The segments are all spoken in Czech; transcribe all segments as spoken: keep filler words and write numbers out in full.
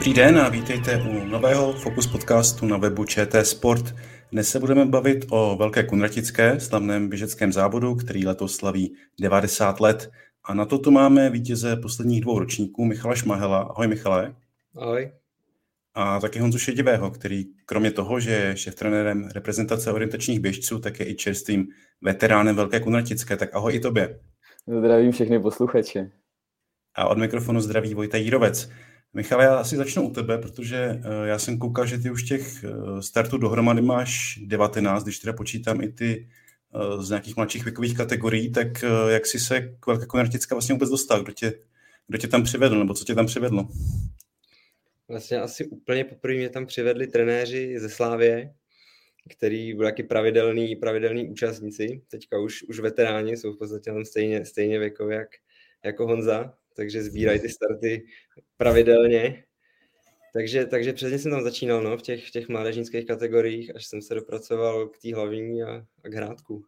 Dobrý den a vítejte u nového Focus podcastu na webu ČT Sport. Dnes se budeme bavit o Velké Kunratické, slavném běžeckém závodu, který letos slaví devadesát let. A na to tu máme vítěze posledních dvou ročníků, Michala Šmahela. Ahoj Michale. Ahoj. A taky Honzu Šedivého, který kromě toho, že je šéftrenérem reprezentace orientačních běžců, tak je i čerstvým veteránem Velké Kunratické. Tak ahoj i tobě. Zdravím všechny posluchače. A od mikrofonu zdraví Vojta Jírovec. Michale, já asi začnu u tebe, protože já jsem koukal, že ty už těch startů dohromady máš devatenáct, když teda počítám i ty z nějakých mladších věkových kategorií, tak jak jsi se k Velké Kunratická vlastně vůbec dostal? Kdo tě, kdo tě tam přivedl, nebo co tě tam přivedlo? Vlastně asi úplně poprvé mě tam přivedli trenéři ze Slávie, který byli taky pravidelní, pravidelní účastníci. Teďka už, už veteráni, jsou v podstatě tam stejně, stejně věkově jak, jako Honza, takže sbírají ty starty pravidelně. Takže, takže přesně jsem tam začínal no, v těch, v těch mládežnických kategoriích, až jsem se dopracoval k té hlavní a, a k hrátku.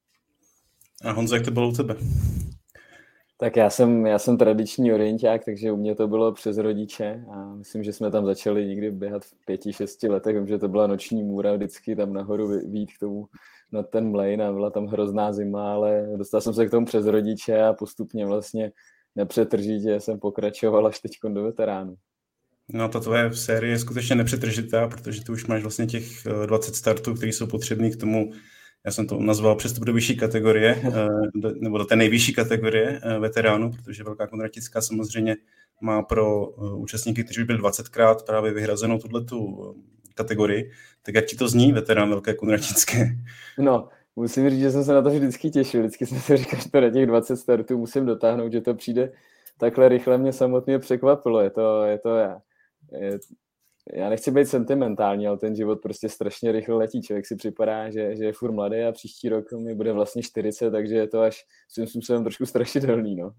A Honzo, jak to bylo u tebe? Tak já jsem, já jsem tradiční orienták, takže u mě to bylo přes rodiče a myslím, že jsme tam začali někdy běhat v pěti, šesti letech, vím, že to byla noční můra vždycky tam nahoru vyjít k tomu na ten mlejn a byla tam hrozná zima, ale dostal jsem se k tomu přes rodiče a postupně vlastně nepřetržitě jsem pokračoval až teď do veteránu. No ta tvoje série je skutečně nepřetržitá, protože ty už máš vlastně těch dvacet startů, které jsou potřebné k tomu, já jsem to nazval přestup do vyšší kategorie, nebo do té nejvyšší kategorie veteránů, protože Velká Kunratická samozřejmě má pro účastníky, kteří by byli dvacetkrát právě vyhrazenou tuhletu kategorii. Tak jak ti to zní, veterán Velké Kunratické? No, musím říct, že jsem se na to vždycky těšil. Vždycky jsem si říkal, že to na těch dvacet startů musím dotáhnout, že to přijde takhle rychle, mě samotně překvapilo. Je to, je to já. Je, já nechci být sentimentální, ale ten život prostě strašně rychle letí. Člověk si připadá, že, že je furt mladý a příští rok mi bude vlastně čtyřicet, takže je to až svým způsobem trošku strašidelný, no.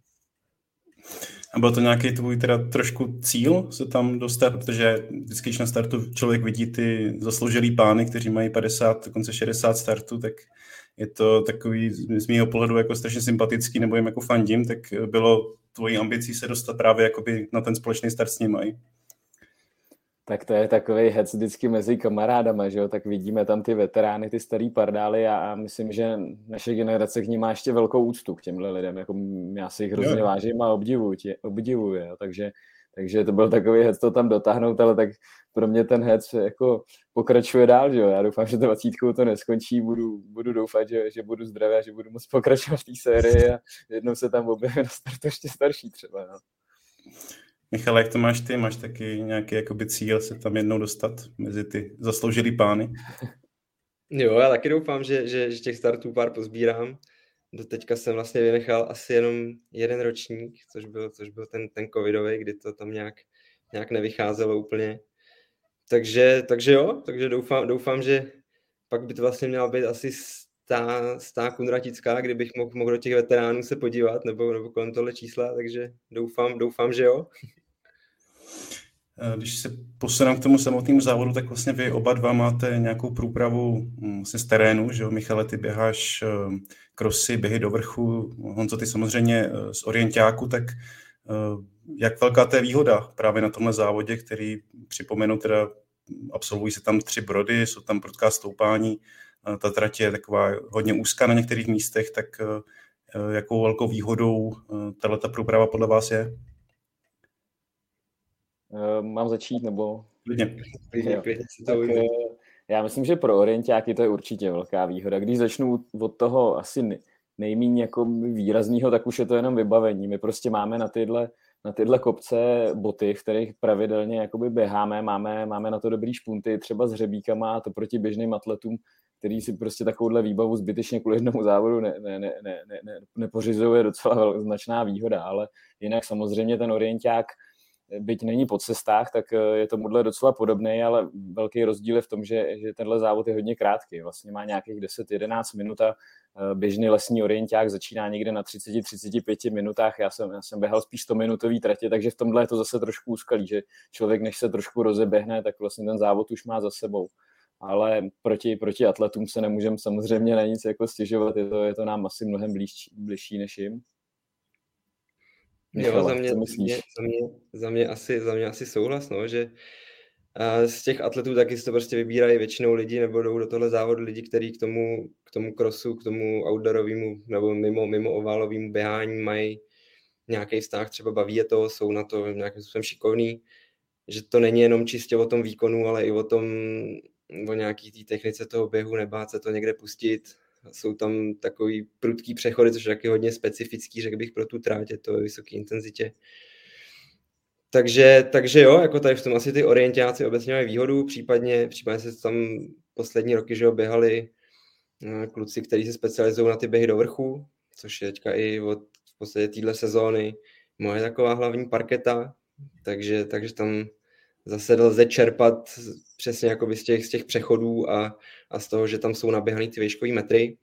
A byl to nějaký tvůj teda trošku cíl se tam dostat, protože vždycky, když na startu člověk vidí ty zasloužilý pány, kteří mají padesát, dokonce šedesát startů, tak je to takový z mýho pohledu jako strašně sympatický, nebo jim jako fandím, tak bylo tvojí ambicí se dostat právě jakoby na ten společný start s nimi. Tak to je takovej hec vždycky mezi kamarádama, že jo, tak vidíme tam ty veterány, ty starý pardály a, a myslím, že naše generace k nim má ještě velkou úctu k těmhle lidem, jako já si jich hrozně vážím a obdivuju, tě, obdivuju jo. takže, takže to byl takový hec to tam dotáhnout, ale tak pro mě ten hec jako pokračuje dál, že jo, já doufám, že to dvacítkou to neskončí, budu, budu doufat, že, že budu zdravý a že budu moct pokračovat v té sérii a jednou se tam objevím na startu ještě starší třeba, no. Michal, jak to máš ty? Máš taky nějaký jakoby cíl se tam jednou dostat mezi ty zasloužilý pány? Jo, já taky doufám, že, že, že těch startů pár pozbírám. Do teďka jsem vlastně vynechal asi jenom jeden ročník, což byl, což byl ten, ten covidový, kdy to tam nějak, nějak nevycházelo úplně. Takže, takže jo, takže doufám, doufám, že pak by to vlastně měla být asi stá, stá Kunratická, kdybych mohl, mohl do těch veteránů se podívat, nebo, nebo kolem tohle čísla, takže doufám, doufám, že jo. Když se posunám k tomu samotnému závodu, tak vlastně vy oba dva máte nějakou průpravu z terénu, že jo, Michale, ty běháš krosy, běhy do vrchu, Honzo, ty samozřejmě z orientáku, tak jak velká to je výhoda právě na tomhle závodě, který připomenu teda, absolvují se tam tři brody, jsou tam prudká stoupání, ta trať je taková hodně úzká na některých místech, tak jakou velkou výhodou tato průprava podle vás je? Mám začít, nebo? Klidně. Klidně, klidně si to tak, ujde. Já myslím, že pro orientáky to je určitě velká výhoda. Když začnu od toho asi nejméně jako výrazného, tak už je to jenom vybavení. My prostě máme na tyhle, na tyhle kopce boty, v kterých pravidelně jakoby běháme, máme, máme na to dobrý špunty, třeba s hřebíkama, a to proti běžným atletům, který si prostě takovouhle výbavu zbytečně kvůli jednomu závodu ne, ne, ne, ne, ne, nepořizuje, docela značná výhoda, ale jinak samozřejmě ten orienták, byť není po cestách, tak je tomuhle docela podobný, ale velký rozdíl je v tom, že, že tenhle závod je hodně krátký. Vlastně má nějakých deset jedenáct minut a běžný lesní orienták začíná někde na třicet až třicet pět minutách. Já jsem, já jsem běhal spíš sto minutový tratě, takže v tomhle je to zase trošku úskalý, že člověk, než se trošku rozeběhne, tak vlastně ten závod už má za sebou. Ale proti, proti atletům se nemůžeme samozřejmě na nic jako stěžovat, je to, je to nám asi mnohem blíž, blížší než jim. Jo, za mě, za mě, za mě, za mě, asi, za mě asi souhlas, no, že a z těch atletů taky si to prostě vybírají většinou lidi, nebo jdou do tohle závodu lidi, kteří k tomu, k tomu crossu, k tomu outdoorovému nebo mimo, mimo oválovému běhání mají nějaký vztah, třeba baví je to, jsou na to nějakým způsobem šikovný, že to není jenom čistě o tom výkonu, ale i o tom, o nějaký té technice toho běhu, nebát se to někde pustit. Jsou tam takový prudký přechody, což je taky hodně specifický, řekl bych, pro tu tráť, je to ve vysoké intenzitě. Takže, takže jo, jako tady v tom asi ty orientáci obecně mají výhodu, případně, případně se tam poslední roky, že jo, běhali kluci, kteří se specializují na ty běhy do vrchu, což je teďka i od v podstatě téhle sezóny moje taková hlavní parketa, takže, takže tam zase lze čerpat přesně jakoby z těch, z těch přechodů a, a z toho, že tam jsou naběhaný ty výškový metry.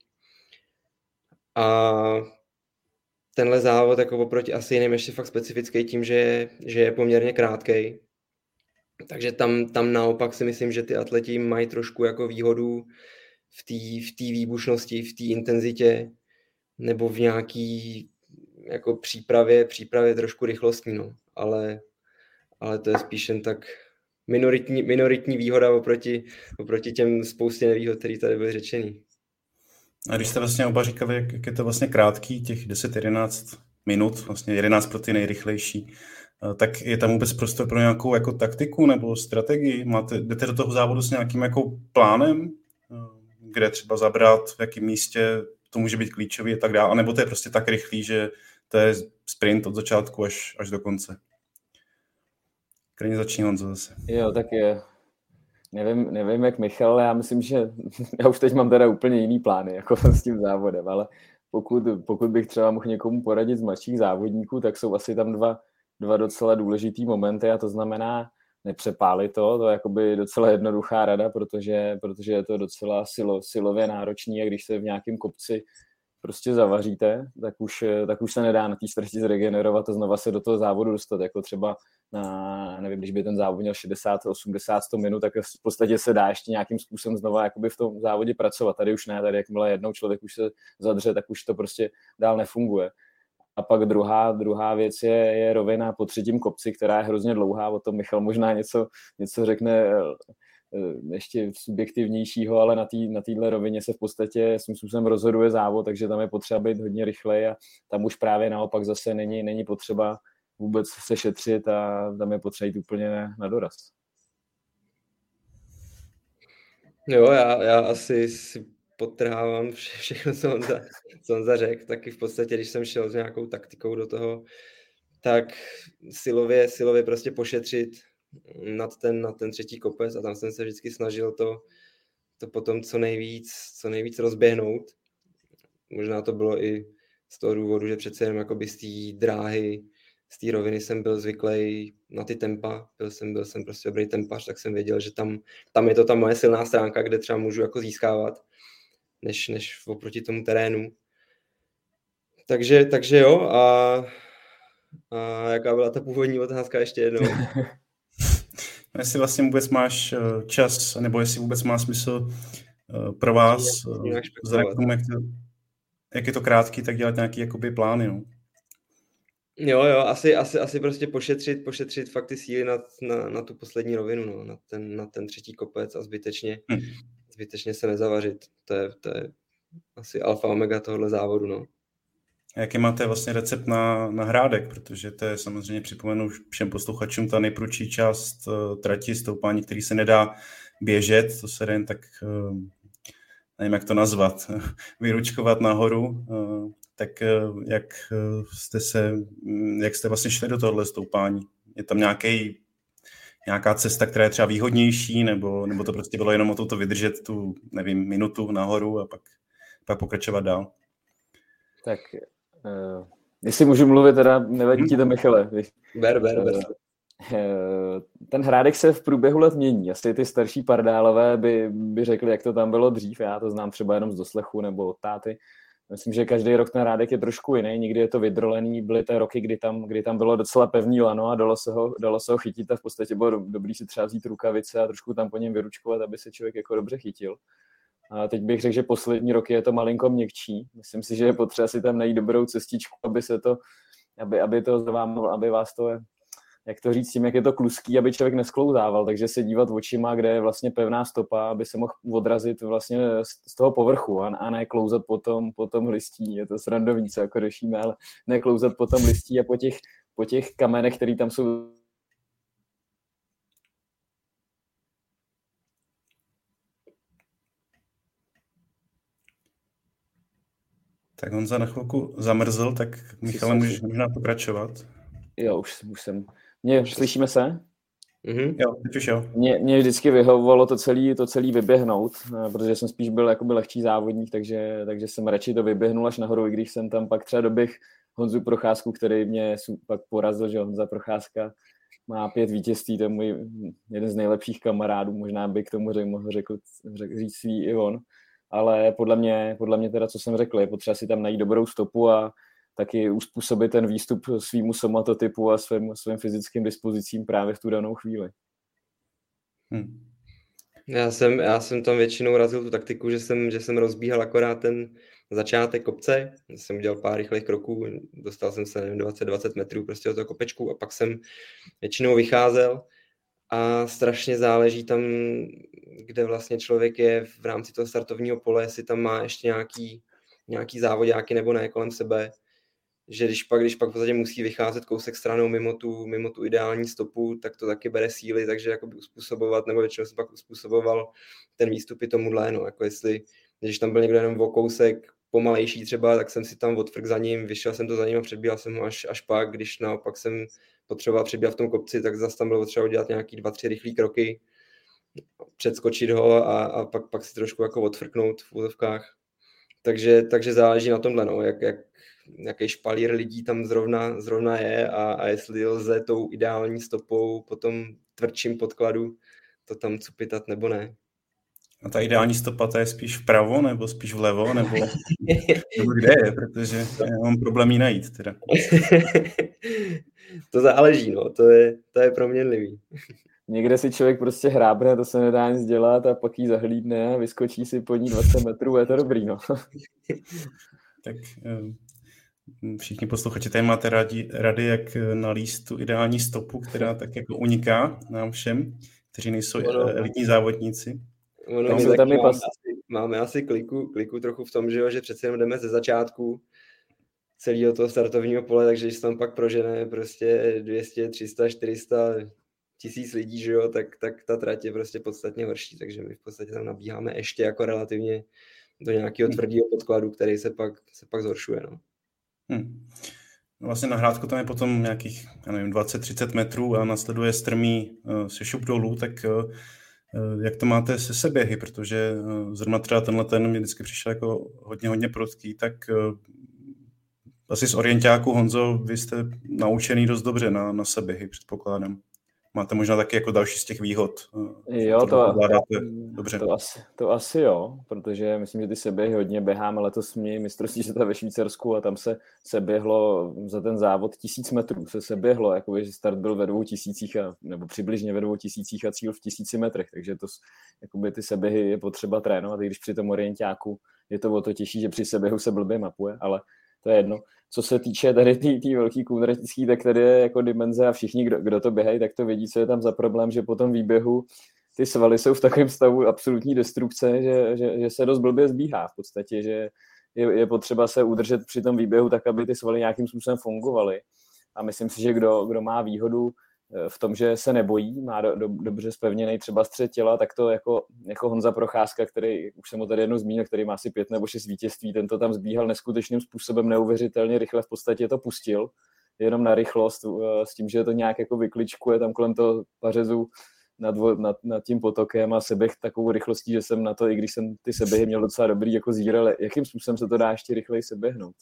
A tenhle závod jako oproti asi jiným ještě fakt specifický tím, že je, že je poměrně krátkej. Takže tam, tam naopak si myslím, že ty atleti mají trošku jako výhodu v té v té výbušnosti, v té intenzitě nebo v nějaký jako přípravě, přípravě trošku rychlostní, no. Ale, ale to je spíš jen tak minoritní, minoritní výhoda oproti, oproti těm spoustě nevýhod, které tady byly řečený. A když jste vlastně oba říkali, jak, jak je to vlastně krátký, těch deset jedenáct minut, vlastně jedenáct pro ty nejrychlejší, tak je tam vůbec prostor pro nějakou jako taktiku nebo strategii? Máte, jdete do toho závodu s nějakým jako plánem, kde třeba zabrat, v jakém místě to může být klíčový a tak dále, anebo to je prostě tak rychlý, že to je sprint od začátku až, až do konce. Klidně začni, Honzo, zase. Jo, tak je. Nevím, nevím, jak Michal, ale já myslím, že já už teď mám teda úplně jiný plány jako s tím závodem, ale pokud, pokud bych třeba mohl někomu poradit z mladších závodníků, tak jsou asi tam dva, dva docela důležitý momenty a to znamená nepřepálit to, to je jakoby docela jednoduchá rada, protože, protože je to docela silo, silově náročný a když se v nějakém kopci prostě zavaříte, tak už, tak už se nedá na té strati zregenerovat a znova se do toho závodu dostat, jako třeba na, nevím, když by ten závod měl šedesát, osmdesát, sto minut, tak v podstatě se dá ještě nějakým způsobem znova jakoby v tom závodě pracovat. Tady už ne, tady jakmile jednou člověk už se zadře, tak už to prostě dál nefunguje. A pak druhá, druhá věc je, je rovina po třetím kopci, která je hrozně dlouhá, o tom Michal možná něco, něco řekne ještě subjektivnějšího, ale na té na téhle rovině se v podstatě svým způsobem rozhoduje závod, takže tam je potřeba být hodně rychlej a tam už právě naopak zase není, není potřeba vůbec se šetřit a tam je potřeba jít úplně na, na doraz. Jo, já, já asi si podtrhávám vše, všechno, co on, za, co on zařekl, taky v podstatě, když jsem šel s nějakou taktikou do toho, tak silově, silově prostě pošetřit nad ten, nad ten třetí kopec a tam jsem se vždycky snažil to, to potom co nejvíc, co nejvíc rozběhnout. Možná to bylo i z toho důvodu, že přece jenom jakoby z té dráhy, z té roviny jsem byl zvyklý na ty tempa, byl jsem, byl jsem prostě dobrý tempař, tak jsem věděl, že tam, tam je to ta moje silná stránka, kde třeba můžu jako získávat, než, než oproti tomu terénu. Takže, takže jo, a, a jaká byla ta původní otázka ještě jednou? Jestli vlastně vůbec máš čas, nebo jestli vůbec má smysl pro vás, vzhledem k tomu, jak, to, jak je to krátký, tak dělat nějaký jakoby plány, no. Jo, jo, asi, asi, asi prostě pošetřit, pošetřit fakt ty síly na, na, na tu poslední rovinu, no, na ten, na ten třetí kopec a zbytečně, hmm. zbytečně se nezavařit. To je, to je asi alfa omega tohohle závodu, no. A jaký máte vlastně recept na, na hrádek, protože to je samozřejmě, připomenu všem posluchačům, ta nejprudší část uh, trati, stoupání, který se nedá běžet, to se jen tak, uh, nevím, jak to nazvat, vyručkovat nahoru, uh, tak uh, jak uh, jste se, jak jste vlastně šli do tohohle stoupání? Je tam nějaký, nějaká cesta, která je třeba výhodnější, nebo, nebo to prostě bylo jenom o to vydržet tu, nevím, minutu nahoru a pak, pak pokračovat dál? Tak Uh, jestli můžu mluvit, teda nevadí ti to, Michale. Ber, ber, ber. Uh, ten hrádek se v průběhu let mění. Asi ty starší pardálové by, by řekli, jak to tam bylo dřív. Já to znám třeba jenom z doslechu nebo od táty. Myslím, že každý rok ten hrádek je trošku jiný. Někdy je to vydrolený. Byly ty roky, kdy tam, kdy tam bylo docela pevný lano a dalo se ho, dalo se ho chytit a v podstatě bylo dobrý si třeba vzít rukavice a trošku tam po něm vyručkovat, aby se člověk jako dobře chytil. A teď bych řekl, že poslední roky je to malinko měkčí. Myslím si, že je potřeba si tam najít dobrou cestičku, aby se to, aby, aby, to vám, aby vás to, jak to říct, tím, jak je to kluský, aby člověk nesklouzával, takže se dívat očima, kde je vlastně pevná stopa, aby se mohl odrazit vlastně z toho povrchu a, a ne klouzat po tom, po tom listí. Je to srandovní, co jako řešíme, ale ne klouzat po tom listí a po těch, po těch kamenech, které tam jsou. Tak Honza na chvilku zamrzl, tak Michale, můžeš možná pokračovat. Jo, už, už jsem. Mě, slyšíme se? Mm-hmm. Jo, teď už jo. Mě, mě vždycky vyhovovalo to celý, to celý vyběhnout, protože jsem spíš byl jakoby lehčí závodník, takže, takže jsem radši to vyběhnul až nahoru, i když jsem tam pak třeba doběh Honzu Procházku, který mě pak porazil, že Honza Procházka má pět vítězství, to je můj jeden z nejlepších kamarádů, možná by k tomu řek, mohl řekl, řek, říct svý i on, ale podle mě, podle mě teda, co jsem řekl, je potřeba si tam najít dobrou stopu a taky uspůsobit ten výstup svýmu somatotypu a svým, svým fyzickým dispozicím právě v tu danou chvíli. Hmm. Já jsem, já jsem tam většinou razil tu taktiku, že jsem, že jsem rozbíhal akorát ten začátek kopce, jsem udělal pár rychlých kroků, dostal jsem se nevím, dvacet dvacet metrů prostě od toho kopečku a pak jsem většinou vycházel a strašně záleží tam, kde vlastně člověk je v rámci toho startovního pole, jestli tam má ještě nějaký, nějaký závodáky nebo ne kolem sebe, že když pak, když pak v podstatě musí vycházet kousek stranou mimo tu, mimo tu ideální stopu, tak to taky bere síly, takže jakoby uspůsobovat, nebo většinou jsem pak uspůsoboval ten výstup i tomuhle, no, jako jestli, když tam byl někdo jenom o kousek pomalejší třeba, tak jsem si tam odfrk za ním, vyšel jsem to za ním a předbíhal jsem ho až, až pak, když naopak jsem potřeboval předbíhat v tom kopci, tak zase tam bylo potřeba udělat nějaký dva, tři rychlý kroky, předskočit ho a, a pak, pak si trošku jako odfrknout v úzovkách. Takže, takže záleží na tomhle, no, jak, jak, jaký špalír lidí tam zrovna, zrovna je a, a jestli lze tou ideální stopou po tom tvrdším podkladu to tam cupitat nebo ne. A ta ideální stopa, ta je spíš vpravo nebo spíš vlevo, nebo, nebo kde je, protože já mám problém jí najít teda. To záleží, no, to je, to je proměnlivý. Někde si člověk prostě hrábne, to se nedá nic dělat a pak jí zahlídne a vyskočí si po ní dvacet metrů, je to dobrý, no. Tak všichni posluchači, tady máte radi, rady, jak nalíst tu ideální stopu, která tak jako uniká nám všem, kteří nejsou ono, elitní závodníci. Ono, no, tak máme, pas... asi, máme asi kliku, kliku trochu v tom, že, jo, že přece jenom jdeme ze začátku celého toho startovního pole, takže když se tam pak prožene prostě dvě stě, tři sta, čtyři sta tisíc lidí, že jo, tak, tak ta trať je prostě podstatně horší, takže my v podstatě tam nabíháme ještě jako relativně do nějakého tvrdého podkladu, který se pak, se pak zhoršuje, no. Hmm. Vlastně na Hrádku tam je potom nějakých, já nevím, dvacet třicet metrů a nasleduje strmý uh, sešup dolů, tak uh, jak to máte se seběhy, protože uh, zrovna třeba tenhle ten mi vždycky přišel jako hodně, hodně prudký, tak uh, asi z orientáku, Honzo, vy jste naučený dost dobře na, na seběhy, předpokládám. Máte možná taky jako další z těch výhod. Jo, to, dobře. To, asi, to asi jo, protože myslím, že ty seběhy hodně běháme. Letos mě mistrovství světa ve Švýcarsku a tam se seběhlo za ten závod tisíc metrů. Se seběhlo, jakoby, že start byl ve dvou tisících, a, nebo přibližně ve dvou tisících a cíl v tisíci metrech. Takže to, jakoby, ty seběhy je potřeba trénovat, i když při tom orientáku je to o to těžší, že při seběhu se blbě mapuje, ale to je jedno. Co se týče tady té tý velký kunratický, tak tady je jako dimenze a všichni, kdo, kdo to běhají, tak to vědí, co je tam za problém, že po tom výběhu ty svaly jsou v takovém stavu absolutní destrukce, že, že, že se dost blbě zbíhá v podstatě, že je, je potřeba se udržet při tom výběhu tak, aby ty svaly nějakým způsobem fungovaly. A myslím si, že kdo, kdo má výhodu v tom, že se nebojí, má do, do, dobře spevněný třeba střed těla, tak to jako, jako Honza Procházka, který, už jsem ho tady jednou zmínil, který má asi pět nebo šest vítězství, ten to tam zbíhal neskutečným způsobem, neuvěřitelně rychle, v podstatě to pustil, jenom na rychlost, s tím, že to nějak jako vykličkuje tam kolem toho pařezu nad, nad, nad tím potokem a seběh takovou rychlostí, že jsem na to, i když jsem ty seběhy měl docela dobrý, jako zíral, jakým způsobem se to dá ještě rychleji seběhnout?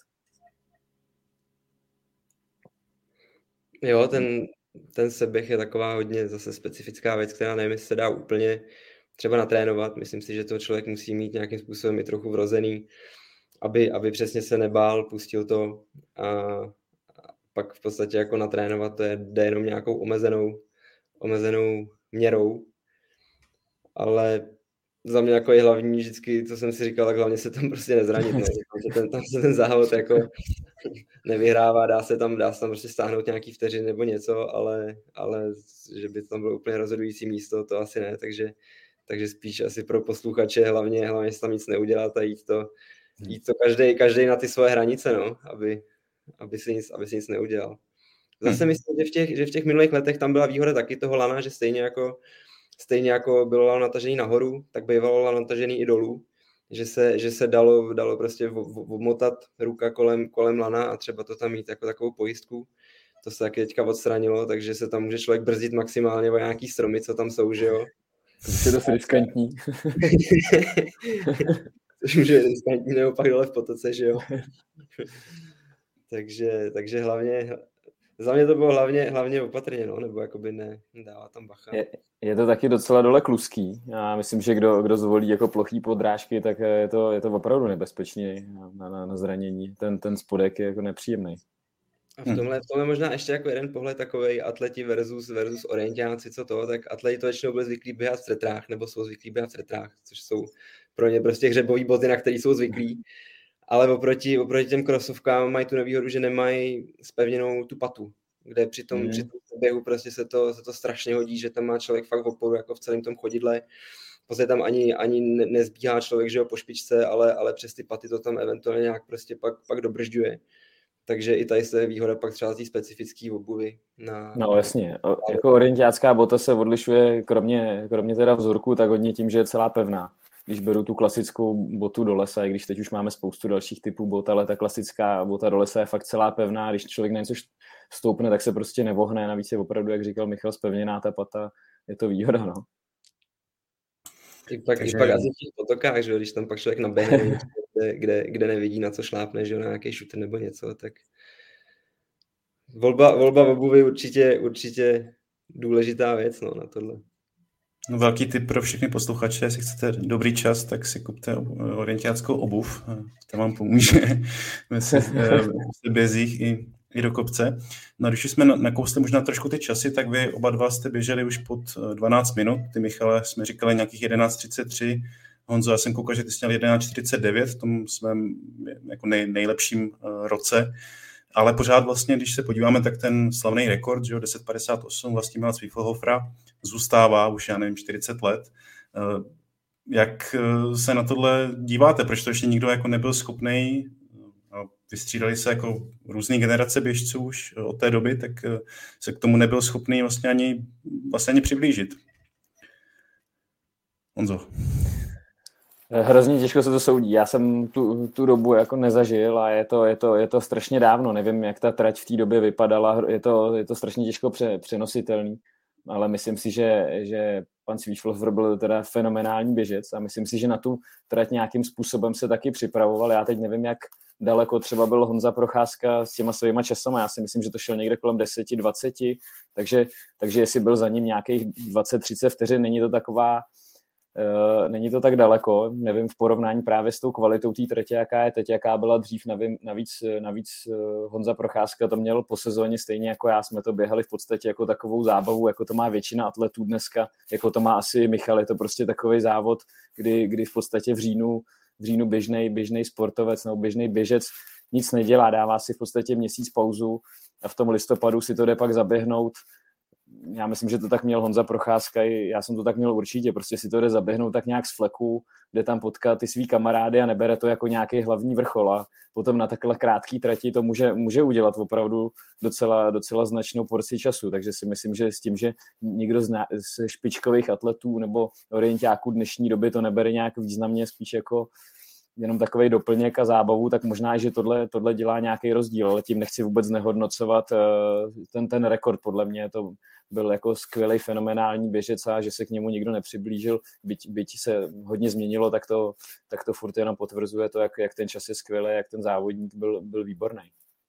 Jo, ten Ten seběh je taková hodně zase specifická věc, která nevím, jestli se dá úplně třeba natrénovat. Myslím si, že to člověk musí mít nějakým způsobem i trochu vrozený, aby, aby přesně se nebál, pustil to a, a pak v podstatě jako natrénovat to je, jde jenom nějakou omezenou, omezenou měrou. Ale za mě jako je hlavní vždycky, co jsem si říkal, tak hlavně se tam prostě nezranit. Ne? Tam, se ten, tam se ten závod jako nevyhrává, dá se tam, dá se tam prostě stáhnout nějaký vteřin nebo něco, ale, ale že by to tam bylo úplně rozhodující místo, to asi ne, takže, takže spíš asi pro posluchače hlavně, hlavně se tam nic neudělat a jít to, jít to každý, každý na ty svoje hranice, no, aby, aby, si nic, aby si nic neudělal. Zase myslím, že v, těch, že v těch minulých letech tam byla výhoda taky toho lana, že stejně jako, stejně jako bylo lano natažený nahoru, tak bývalo lano natažený i dolů, že se, že se dalo, dalo prostě obmotat ruka kolem, kolem lana a třeba to tam mít jako takovou pojistku. To se taky teďka odstranilo, takže se tam může člověk brzdit maximálně o nějaký stromy, co tam jsou, že jo. To je dost riskantní. Což může být riskantní, nebo pak dole v potoce, že jo. takže, takže hlavně, za mě to bylo hlavně, hlavně opatrně, no, nebo jakoby ne, nedává tam bacha. Je, je to taky docela dole kluský. Já myslím, že kdo, kdo zvolí jako plochý podrážky, tak je to, je to opravdu nebezpečný na, na, na zranění. Ten, ten spodek je jako nepříjemný. A v tomhle, v tomhle možná ještě jako jeden pohled takovej atleti versus, versus orientáci, co to, tak atleti to většinou byli zvyklí běhat v tretrách, nebo jsou zvyklí běhat v tretrách, což jsou pro ně prostě hřebový boty, na který jsou zvyklí. Ale oproti, oproti těm krosovkám mají tu nevýhodu, že nemají spevněnou tu patu, kde při tom, mm. při tom běhu prostě se to, se to strašně hodí, že tam má člověk fakt oporu jako v celém tom chodidle. Prostě tam ani, ani nezbíhá člověk, že jo, po špičce, ale, ale přes ty paty to tam eventuálně nějak prostě pak, pak dobržďuje. Takže i tady se výhoda pak třeba té specifické obuvy. Na, no jasně, o, jako orientácká bota se odlišuje kromě, kromě teda vzorku, tak hodně tím, že je celá pevná. Když beru tu klasickou botu do lesa, i když teď už máme spoustu dalších typů bot, ale ta klasická bota do lesa je fakt celá pevná, když člověk na něco stoupne, tak se prostě nevohne, navíc je opravdu, jak říkal Michal, zpevněná ta pata, je to výhoda, no. I pak, Takže... i pak asi v těch potokách, že když tam pak člověk naběhne, kde, kde, kde nevidí, na co šlápne, že na nějaký šuter nebo něco, tak volba, volba obuvy určitě, určitě důležitá věc, no, na tohle. No, velký tip pro všechny posluchače, jestli chcete dobrý čas, tak si kupte orientáckou obuv, to vám pomůže v bězích i, i do kopce. No a když jsme nakousli možná trošku ty časy, tak vy oba dva jste běželi už pod dvanáct minut, ty Michale jsme říkali nějakých jedenáct třicet tři, Honzo, já jsem koukal, že ty jsi měl jedenáct čtyřicet devět v tom svém jako nej, nejlepším roce, ale pořád vlastně, když se podíváme, tak ten slavný rekord, že jo, deset padesát osm Vlastimila Zwieffelhofera zůstává už, já nevím, čtyřicet let. Jak se na tohle díváte? Proč to ještě nikdo jako nebyl schopný? Vystřídali se jako různé generace běžců už od té doby, tak se k tomu nebyl schopný vlastně ani, vlastně ani přiblížit. Honzo. Hrozně těžko se to soudí. Já jsem tu, tu dobu jako nezažil a je to, je, to, je to strašně dávno. Nevím, jak ta trať v té době vypadala. Je to, je to strašně těžko pře, přenositelný. Ale myslím si, že, že pan Zwieffelhofer byl teda fenomenální běžec a myslím si, že na tu trať nějakým způsobem se taky připravoval. Já teď nevím, jak daleko třeba byl Honza Procházka s těma svýma časama. Já si myslím, že to šel někde kolem deset dvacet, takže, takže jestli byl za ním nějakých dvacet třicet vteřin, není to taková Uh, není to tak daleko, nevím v porovnání právě s tou kvalitou té tratě, jaká je teď, jaká byla dřív, nevím, navíc, navíc uh, Honza Procházka to měl po sezóně stejně jako já, jsme to běhali v podstatě jako takovou zábavu, jako to má většina atletů dneska, jako to má asi Michal, je to prostě takový závod, kdy, kdy v podstatě v říjnu, v říjnu běžnej, běžnej sportovec nebo běžnej běžec nic nedělá, dává si v podstatě měsíc pauzu a v tom listopadu si to jde pak zaběhnout. Já myslím, že to tak měl Honza Procházka, já jsem to tak měl určitě, prostě si to jde zaběhnout tak nějak z fleku, jde tam potkat ty svý kamarády a nebere to jako nějaký hlavní vrchol a potom na takhle krátký trati to může, může udělat opravdu docela, docela značnou porci času, takže si myslím, že s tím, že nikdo z, na, z špičkových atletů nebo orientáků dnešní doby to nebere nějak významně, spíš jako jenom takovej doplněk a zábavu, tak možná, že tohle, tohle dělá nějaký rozdíl, ale tím nechci vůbec nehodnocovat ten, ten rekord, podle mě to byl jako skvělý, fenomenální běžec a že se k němu nikdo nepřiblížil, byť, byť se hodně změnilo, tak to, tak to furt jenom potvrzuje to, jak, jak ten čas je skvělý, jak ten závodník byl, byl výborný.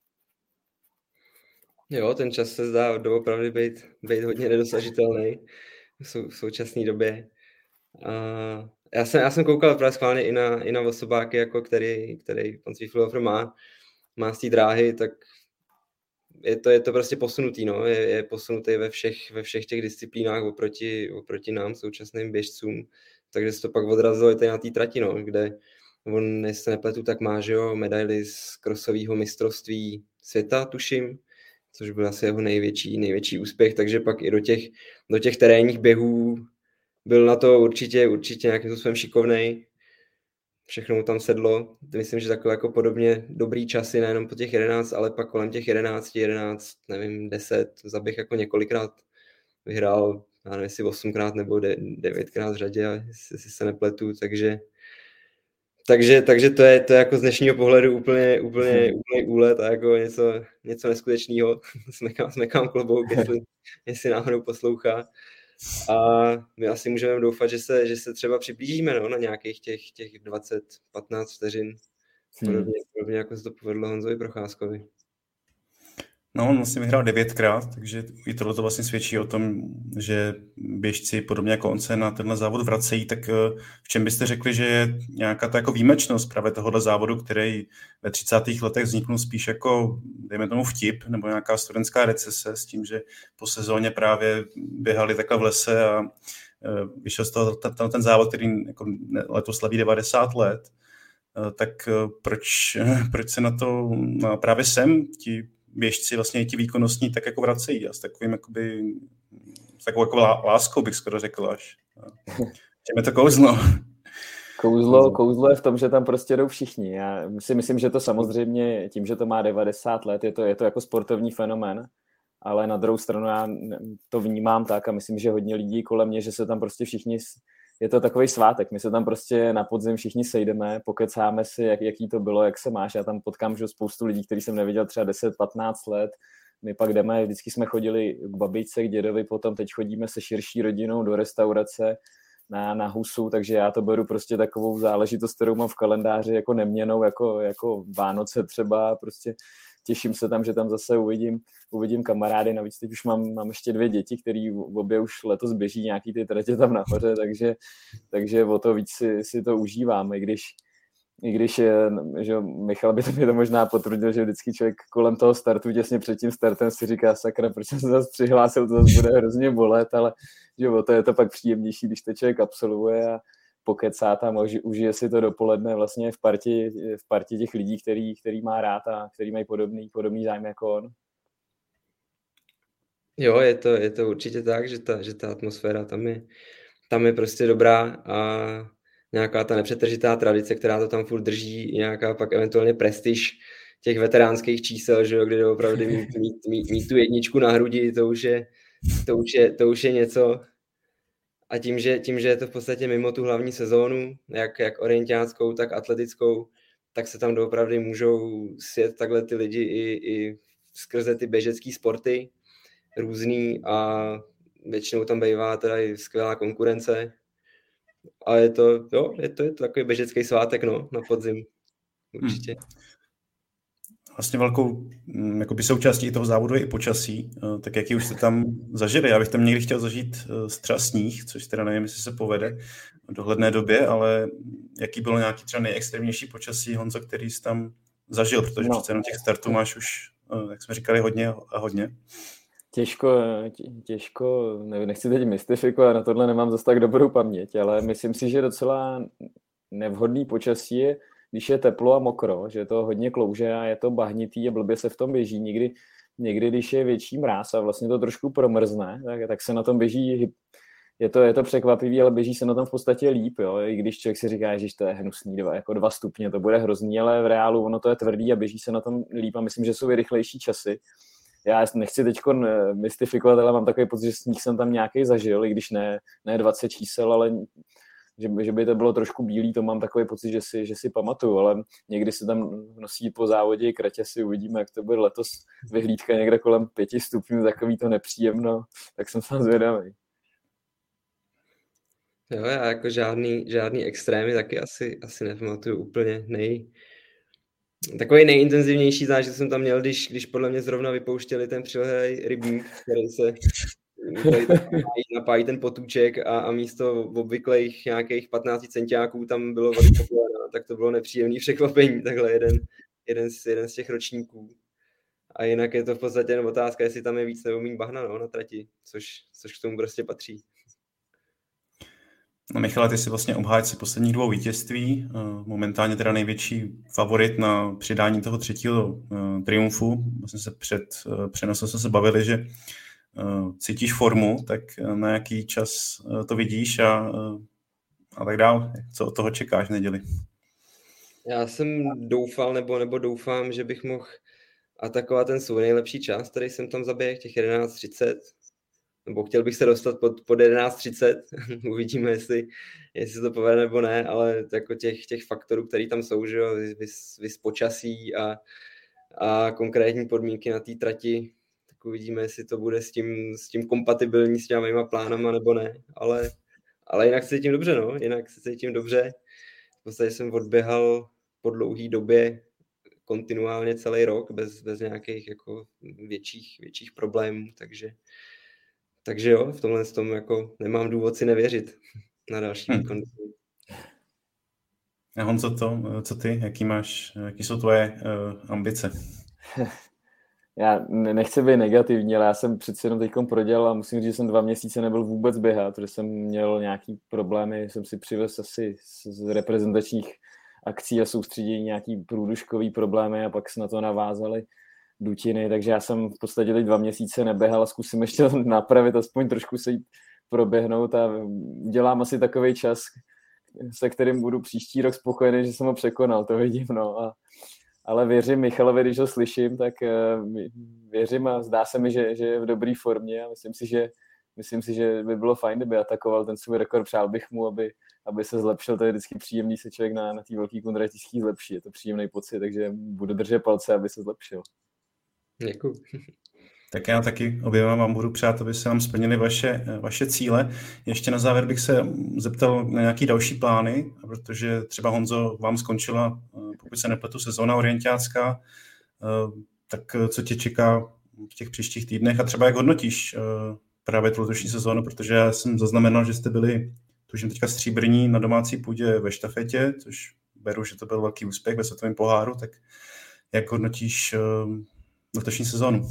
Jo, ten čas se zdá doopravdy být, být hodně nedosažitelný v současné době. Uh... Já jsem, já jsem koukal právě schválně i na, i na osobáky, jako který, který pan Zwieffelhofer má, má z té dráhy, tak je to, je to prostě posunutý, no. je, je posunutý ve všech, ve všech těch disciplínách oproti, oproti nám, současným běžcům, takže se to pak odrazilo i na té trati, no, kde on, jestli se nepletu, tak má, že jo, medaily z krosového mistrovství světa, tuším, což byl asi jeho největší, největší úspěch, takže pak i do těch, do těch terénních běhů byl na to určitě, určitě nějakým způsobem šikovnej. Všechno mu tam sedlo. Myslím, že takové jako podobně dobrý časy, nejenom po těch jedenáct, ale pak kolem těch jedenáct, jedenáct, nevím, deset, zaběh jako několikrát vyhrál, já nevím, jestli osmkrát nebo de, devětkrát v řadě, jestli se nepletu, takže takže, takže to je to je jako z dnešního pohledu úplně, úplně, úplně úlet a jako něco, něco neskutečného. Smekám, smekám klobouk, jestli, jestli náhodou poslouchá. A my asi můžeme doufat, že se, že se třeba přiblížíme no, na nějakých těch, těch dvacet patnáct vteřin. Podobně, hmm. podobně jako se to povedlo Honzovi Procházkovi. No, on vlastně vyhrál devětkrát, takže i tohle to vlastně svědčí o tom, že běžci podobně jako on se na tenhle závod vracejí, tak v čem byste řekli, že je nějaká ta jako výjimečnost právě tohohle závodu, který ve třicátých letech vzniknul spíš jako, dejme tomu vtip, nebo nějaká studentská recese s tím, že po sezóně právě běhali takhle v lese a vyšel z toho ten, ten závod, který jako letos slaví devadesát let, tak proč, proč se na to no, právě sem ti běžci vlastně ti výkonnostní tak jako vracejí a s takovým jakoby, s takovou jako láskou bych skoro řekl až. Čím je to kouzlo? Kouzlo, kouzlo je v tom, že tam prostě jdou všichni. Já si myslím, že to samozřejmě tím, že to má devadesát let, je to, je to jako sportovní fenomén, ale na druhou stranu já to vnímám tak a myslím, že hodně lidí kolem mě, že se tam prostě všichni, je to takový svátek, my se tam prostě na podzim všichni sejdeme, pokecáme si, jak, jaký to bylo, jak se máš, já tam potkám že spoustu lidí, který jsem neviděl třeba deset patnáct let, my pak jdeme, vždycky jsme chodili k babičce, k dědovi, potom teď chodíme se širší rodinou do restaurace na, na husu, takže já to beru prostě takovou záležitost, kterou mám v kalendáři jako neměnou, jako, jako Vánoce třeba, prostě těším se tam, že tam zase uvidím, uvidím kamarády, navíc teď už mám, mám ještě dvě děti, který obě už letos běží nějaký ty tratě tam nahoře, takže, takže o to víc si, si to užívám, i když, i když že Michal by to, by to možná potvrdil, že vždycky člověk kolem toho startu, těsně před tím startem si říká, sakra, proč jsem se zase přihlásil, to zase bude hrozně bolet, ale že o to je to pak příjemnější, když to člověk absolvuje a pokecá tam, užije si to dopoledne vlastně v partii, v partii těch lidí, který, který má rád a který mají podobný, podobný zájem jako on. Jo, je to, je to určitě tak, že ta, že ta atmosféra tam je, tam je prostě dobrá a nějaká ta nepřetržitá tradice, která to tam furt drží, nějaká pak eventuálně prestiž těch veteránských čísel, že jo, kde opravdu mít, mít, mít, mít tu jedničku na hrudi, to už je, to už je, to už je něco. A tím že, tím, že je to v podstatě mimo tu hlavní sezónu, jak, jak orientáckou, tak atletickou, tak se tam doopravdy můžou sjet takhle ty lidi i, i skrze ty běžecký sporty různý a většinou tam bývá teda i skvělá konkurence. A je to, jo, je to, je to takový běžecký svátek, no, na podzim. Určitě. Hmm. Vlastně velkou jakoby součástí toho závodu je i počasí, tak jaký už jste tam zažili. Já bych tam někdy chtěl zažít třeba sníh, což teda nevím, jestli se povede v dohledné době, ale jaký bylo nějaký třeba nejextrémnější počasí, Honzo, který jsi tam zažil, protože no. přece jenom těch startů máš už, jak jsme říkali, hodně a hodně. Těžko, těžko, nechci teď mystifikovat, na tohle nemám zase tak dobrou paměť, ale myslím si, že docela nevhodný počasí je, když je teplo a mokro, že je to hodně klouže a je to bahnitý a blbě se v tom běží. Někdy, někdy když je větší mráz a vlastně to trošku promrzne, tak, tak se na tom běží, je to, je to překvapivý, ale běží se na tom v podstatě líp, jo? I když člověk si říká, že to je hnusný, dva, jako dva stupně, to bude hrozný, ale v reálu ono to je tvrdý a běží se na tom líp a myslím, že jsou i rychlejší časy. Já nechci teď mystifikovat, ale mám takový pocit, že sníh jsem tam nějaký zažil, i když ne, ne dvacet čísel, ale že by, že by to bylo trošku bílý, to mám takový pocit, že si, že si pamatuju, ale někdy se tam nosí po závodě i kratě, si uvidíme, jak to bude letos vyhlídka někde kolem pěti stupňů, takový to nepříjemno, tak jsem sám zvědavý. Jo, já jako žádný, žádný extrémy taky asi, asi nepamatuju úplně nej... Takový nejintenzivnější zážitek jsem tam měl, když, když podle mě zrovna vypouštěli ten přilehlý rybník, který se který napájí, napájí ten potůček a, a místo obvyklých nějakých patnáct centiáků tam bylo vody pokolená, tak to bylo nepříjemné překvapení, takhle jeden, jeden, z, jeden z těch ročníků. A jinak je to v podstatě jen otázka, jestli tam je víc nebo méně bahna no, na trati, což, což k tomu prostě patří. No Michale, ty jsi vlastně obhájce posledních dvou vítězství, momentálně teda největší favorit na přidání toho třetího triumfu. Vlastně se před přenosem jsme se bavili, že cítíš formu, tak na jaký čas to vidíš a, a tak dál. Co od toho čekáš v neděli? Já jsem doufal, nebo, nebo doufám, že bych mohl atakovat ten svůj nejlepší čas, který jsem tam zaběhl, těch jedenáct třicet. Nebo chtěl bych se dostat pod, pod jedenáct třicet, uvidíme, jestli, jestli se to povede nebo ne, ale jako těch, těch faktorů, které tam jsou, že jo, vys, vys počasí a, a konkrétní podmínky na té trati, tak uvidíme, jestli to bude s tím, s tím kompatibilní s těma mýma plánama nebo ne, ale, ale jinak se cítím dobře, no, jinak se cítím dobře. V podstatě jsem odběhal po dlouhé době kontinuálně celý rok, bez, bez nějakých jako větších, větších problémů, takže Takže jo, v tomhle tom jako nemám důvod si nevěřit na další výkon. Hmm. A Honzo, to, co ty? Jaký máš, jaký jsou tvoje uh, ambice? Já nechci být negativní, ale já jsem přeci jenom teďkom prodělal a musím říct, že jsem dva měsíce nebyl vůbec běhat, protože jsem měl nějaký problémy, jsem si přivez asi z reprezentačních akcí a soustředění nějaký průduškový problémy a pak se na to navázali dutiny, takže já jsem v podstatě teď dva měsíce neběhal a zkusím ještě napravit, aspoň trošku se jít proběhnout a dělám asi takovej čas, se kterým budu příští rok spokojený, že jsem ho překonal, to vidím, no. A, ale věřím Michalovi, když ho slyším, tak uh, věřím a zdá se mi, že, že je v dobré formě a myslím si, že, myslím si, že by bylo fajn, kdyby atakoval ten svůj rekord, přál bych mu, aby, aby se zlepšil, to je vždycky příjemný se člověk na, na té velký kondratický zlepší, je to příjemný pocit, takže budu držet palce, aby se zlepšil. Děkuji. Tak já taky oběma vám budu přát, aby se vám splnily vaše, vaše cíle. Ještě na závěr bych se zeptal na nějaké další plány, protože třeba Honzo, vám skončila, pokud se nepletu, sezóna orientácká, tak co tě čeká v těch příštích týdnech a třeba jak hodnotíš právě tu letošní sezónu, protože já jsem zaznamenal, že jste byli, tuším teďka stříbrní na domácí půdě ve štafetě, což beru, že to byl velký úspěch ve světovém poháru, tak jak hodnotíš letošní sezónu?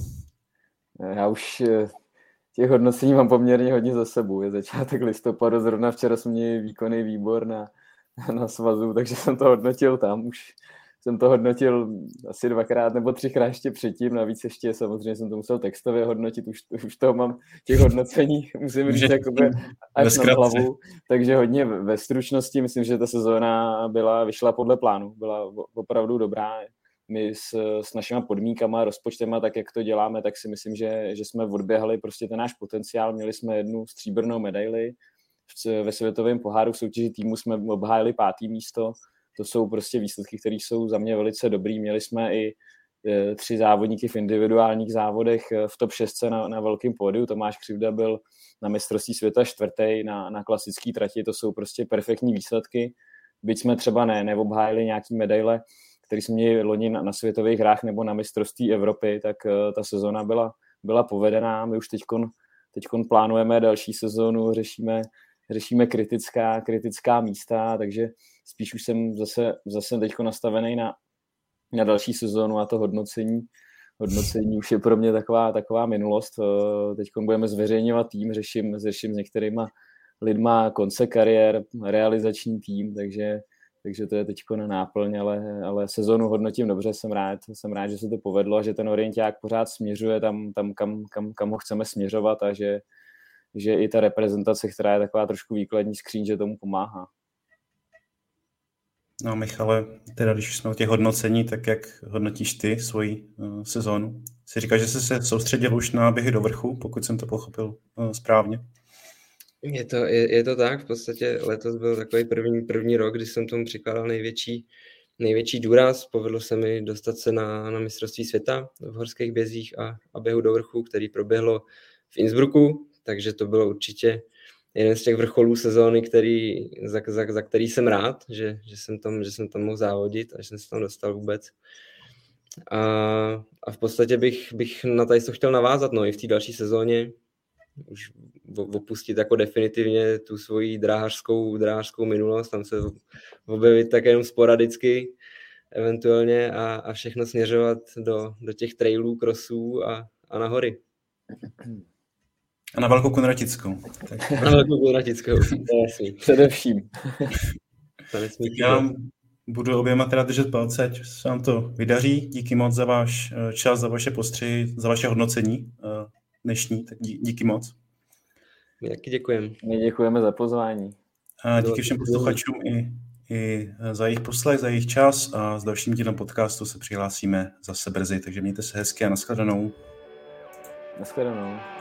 Já už těch hodnocení mám poměrně hodně za sebou. Je začátek listopadu, zrovna včera jsme měli výkonný výbor na, na svazu, takže jsem to hodnotil tam. Už jsem to hodnotil asi dvakrát nebo třikrát ještě předtím. Navíc ještě samozřejmě jsem to musel textově hodnotit. Už, už toho mám těch hodnocení, musím říct, jakoby až na hlavu. Takže hodně ve stručnosti. Myslím, že ta sezóna byla, vyšla podle plánu. Byla opravdu dobrá. My s, s našimi podmínkama, rozpočtema, tak jak to děláme, tak si myslím, že, že jsme odběhali prostě ten náš potenciál. Měli jsme jednu stříbrnou medaili. Ve světovém poháru v soutěži týmu jsme obhájili pátý místo. To jsou prostě výsledky, které jsou za mě velice dobrý. Měli jsme i e, tři závodníky v individuálních závodech v top šest na, na velkém pódiu. Tomáš Křivda byl na mistrovství světa čtvrtý na, na klasické trati. To jsou prostě perfektní výsledky. Byť jsme třeba ne, neobhájili nějaký medaile, který jsme měli loni na, na světových hrách nebo na mistrovství Evropy, tak uh, ta sezóna byla, byla povedená. My už teďkon, teďkon plánujeme další sezónu, řešíme, řešíme kritická, kritická místa, takže spíš už jsem zase, zase teďko nastavený na, na další sezónu a to hodnocení. Hodnocení už je pro mě taková, taková minulost. Uh, teďkon budeme zveřejňovat tým, řeším, řeším s některýma lidma konce kariér, realizační tým, takže Takže to je teďko na náplň, ale, ale sezonu hodnotím dobře, jsem rád, jsem rád, že se to povedlo a že ten orienták pořád směřuje tam, tam kam, kam, kam ho chceme směřovat a že, že i ta reprezentace, která je taková trošku výkladní skříň, že tomu pomáhá. No Michale, teda když jsme o těch hodnocení, tak jak hodnotíš ty svoji uh, sezónu? Jsi říkal, že jsi se soustředil už na běhy do vrchu, pokud jsem to pochopil uh, správně. Je to, je, je to tak, v podstatě letos byl takový první, první rok, kdy jsem tomu přikládal největší, největší důraz. Povedlo se mi dostat se na, na mistrovství světa v horských bězích a, a běhu do vrchu, který proběhlo v Innsbrucku, takže to bylo určitě jeden z těch vrcholů sezóny, který, za, za, za který jsem rád, že, že, jsem tam, že jsem tam mohl závodit a že jsem se tam dostal vůbec. A, a v podstatě bych, bych na tady to chtěl navázat, no i v té další sezóně, už opustit jako definitivně tu svoji dráhařskou, dráhařskou minulost, tam se objevit tak jenom sporadicky eventuálně a, a všechno směřovat do, do těch trailů, crossů a, a na hory. A na Velkou Kunratickou. Tak. Na Velkou Kunratickou, to je jasný. Především. Tak já budu oběma teda držet palce, ať se vám to vydaří. Díky moc za váš čas, za vaše postřihy, za vaše hodnocení dnešní. Tak dí, díky moc. My taky děkujeme. My děkujeme za pozvání. A díky všem posluchačům i, i za jejich poslech, za jejich čas a s dalším dílem podcastu se přihlásíme zase brzy. Takže mějte se hezky a nashledanou. Nashledanou.